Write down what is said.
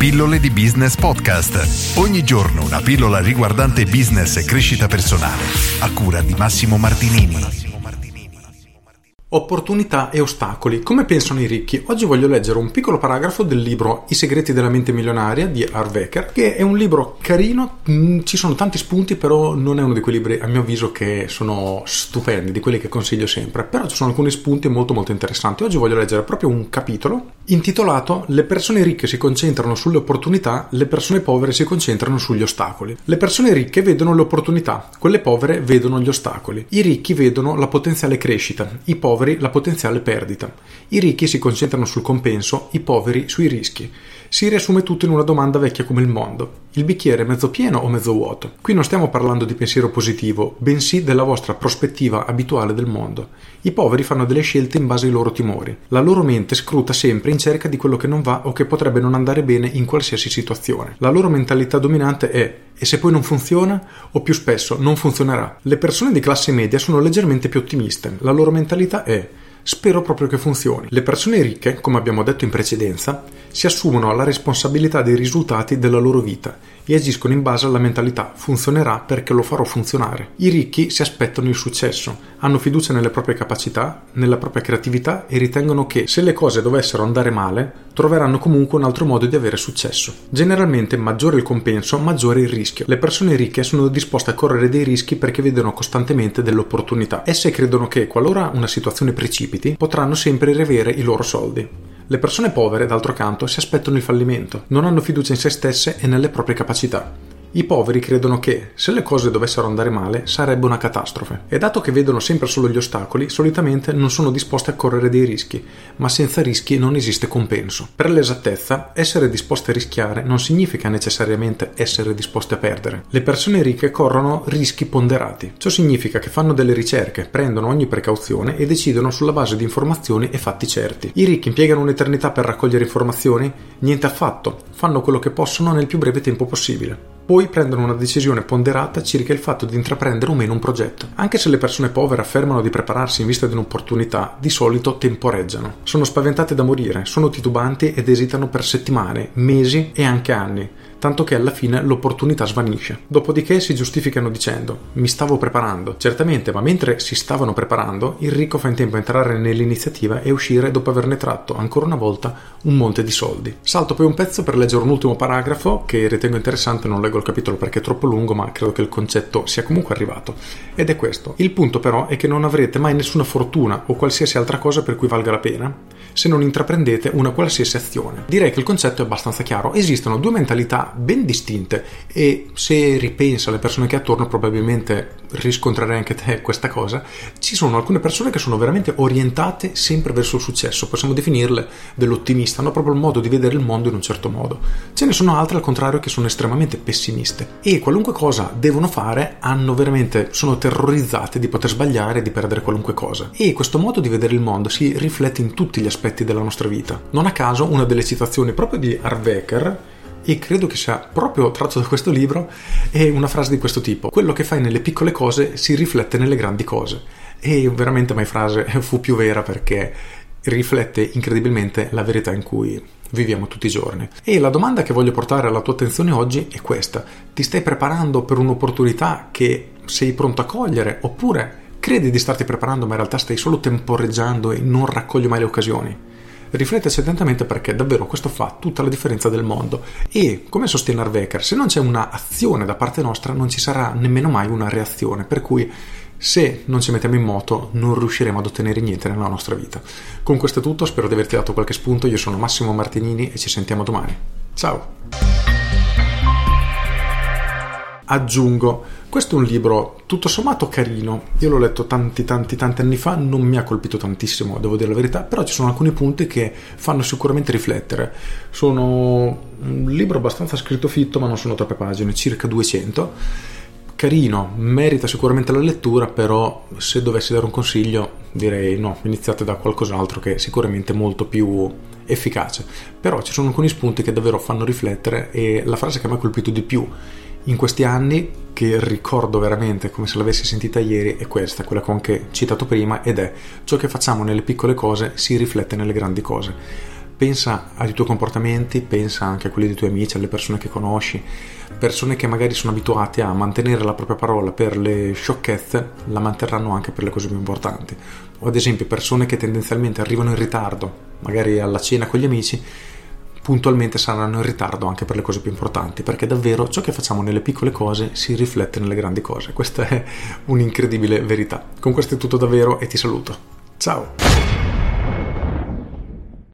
Pillole di Business Podcast. Ogni giorno una pillola riguardante business e crescita personale. A cura di Massimo Martinini. Opportunità e ostacoli. Come pensano i ricchi? Oggi voglio leggere un piccolo paragrafo del libro I segreti della mente milionaria di Harv Eker, che è un libro carino, ci sono tanti spunti, però non è uno di quei libri, a mio avviso, che sono stupendi, di quelli che consiglio sempre, però ci sono alcuni spunti molto molto interessanti. Oggi voglio leggere proprio un capitolo intitolato Le persone ricche si concentrano sulle opportunità, le persone povere si concentrano sugli ostacoli. Le persone ricche vedono le opportunità, quelle povere vedono gli ostacoli. I ricchi vedono la potenziale crescita, i poveri la potenziale perdita. I ricchi si concentrano sul compenso, i poveri sui rischi. Si riassume tutto in una domanda vecchia come il mondo: il bicchiere è mezzo pieno o mezzo vuoto? Qui non stiamo parlando di pensiero positivo, bensì della vostra prospettiva abituale del mondo. I poveri fanno delle scelte in base ai loro timori. La loro mente scruta sempre in cerca di quello che non va o che potrebbe non andare bene in qualsiasi situazione. La loro mentalità dominante è: e se poi non funziona? O più spesso non funzionerà. Le persone di classe media sono leggermente più ottimiste. La loro mentalità è: spero proprio che funzioni. Le persone ricche, come abbiamo detto in precedenza, si assumono la responsabilità dei risultati della loro vita e agiscono in base alla mentalità: funzionerà perché lo farò funzionare. I ricchi si aspettano il successo, hanno fiducia nelle proprie capacità, nella propria creatività e ritengono che, se le cose dovessero andare male, troveranno comunque un altro modo di avere successo. Generalmente maggiore il compenso, maggiore il rischio. Le persone ricche sono disposte a correre dei rischi perché vedono costantemente delle opportunità. Esse credono che, qualora una situazione precipiti, potranno sempre riavere i loro soldi. Le persone povere, d'altro canto, si aspettano il fallimento, non hanno fiducia in se stesse e nelle proprie capacità. I poveri credono che, se le cose dovessero andare male, sarebbe una catastrofe. E dato che vedono sempre solo gli ostacoli, solitamente non sono disposti a correre dei rischi, ma senza rischi non esiste compenso. Per l'esattezza, essere disposti a rischiare non significa necessariamente essere disposti a perdere. Le persone ricche corrono rischi ponderati. Ciò significa che fanno delle ricerche, prendono ogni precauzione e decidono sulla base di informazioni e fatti certi. I ricchi impiegano un'eternità per raccogliere informazioni? Niente affatto. Fanno quello che possono nel più breve tempo possibile. Poi prendono una decisione ponderata circa il fatto di intraprendere o meno un progetto. Anche se le persone povere affermano di prepararsi in vista di un'opportunità, di solito temporeggiano. Sono spaventate da morire, sono titubanti ed esitano per settimane, mesi e anche anni, tanto che alla fine l'opportunità svanisce. Dopodiché si giustificano dicendo: mi stavo preparando. Certamente, ma mentre si stavano preparando, il ricco fa in tempo a entrare nell'iniziativa e uscire dopo averne tratto, ancora una volta, un monte di soldi. Salto poi un pezzo per leggere un ultimo paragrafo che ritengo interessante. Non leggo il capitolo perché è troppo lungo, ma credo che il concetto sia comunque arrivato. Ed è questo: il punto però è che non avrete mai nessuna fortuna o qualsiasi altra cosa per cui valga la pena se non intraprendete una qualsiasi azione. Direi che il concetto è abbastanza chiaro. Esistono due mentalità ben distinte e, se ripensa alle persone che attorno, probabilmente riscontrerai anche te questa cosa. Ci sono alcune persone che sono veramente orientate sempre verso il successo, possiamo definirle dell'ottimista, hanno proprio il modo di vedere il mondo in un certo modo. Ce ne sono altre al contrario che sono estremamente pessimiste e qualunque cosa devono fare sono terrorizzate di poter sbagliare e di perdere qualunque cosa. E questo modo di vedere il mondo si riflette in tutti gli aspetti della nostra vita. Non a caso una delle citazioni proprio di Harv Eker, e credo che sia proprio tratto da questo libro, è una frase di questo tipo: quello che fai nelle piccole cose si riflette nelle grandi cose. E veramente mai frase fu più vera, perché riflette incredibilmente la verità in cui viviamo tutti i giorni. E la domanda che voglio portare alla tua attenzione oggi è questa: ti stai preparando per un'opportunità che sei pronto a cogliere, oppure credi di starti preparando ma in realtà stai solo temporeggiando e non raccogli mai le occasioni? Rifletteci attentamente, perché davvero questo fa tutta la differenza del mondo. E, come sostiene Harv Eker, se non c'è una azione da parte nostra non ci sarà nemmeno mai una reazione, per cui se non ci mettiamo in moto non riusciremo ad ottenere niente nella nostra vita. Con questo è tutto, spero di averti dato qualche spunto. Io sono Massimo Martinini e ci sentiamo domani. Ciao! Aggiungo, questo è un libro tutto sommato carino, io l'ho letto tanti anni fa, non mi ha colpito tantissimo, devo dire la verità, però ci sono alcuni punti che fanno sicuramente riflettere. Sono un libro abbastanza scritto fitto, ma non sono troppe pagine, circa 200, carino, merita sicuramente la lettura, però se dovessi dare un consiglio direi no, iniziate da qualcos'altro che è sicuramente molto più efficace. Però ci sono alcuni spunti che davvero fanno riflettere, e la frase che mi ha colpito di più in questi anni, che ricordo veramente come se l'avessi sentita ieri, è questa, quella che ho anche citato prima, ed è: ciò che facciamo nelle piccole cose si riflette nelle grandi cose. pensa ai tuoi comportamenti, pensa anche a quelli dei tuoi amici, alle persone che conosci, persone che magari sono abituate a mantenere la propria parola per le sciocchezze, la manterranno anche per le cose più importanti. O ad esempio persone che tendenzialmente arrivano in ritardo, magari alla cena con gli amici, puntualmente saranno in ritardo anche per le cose più importanti, perché davvero ciò che facciamo nelle piccole cose si riflette nelle grandi cose. Questa è un'incredibile verità. Con questo è tutto davvero e ti saluto. Ciao!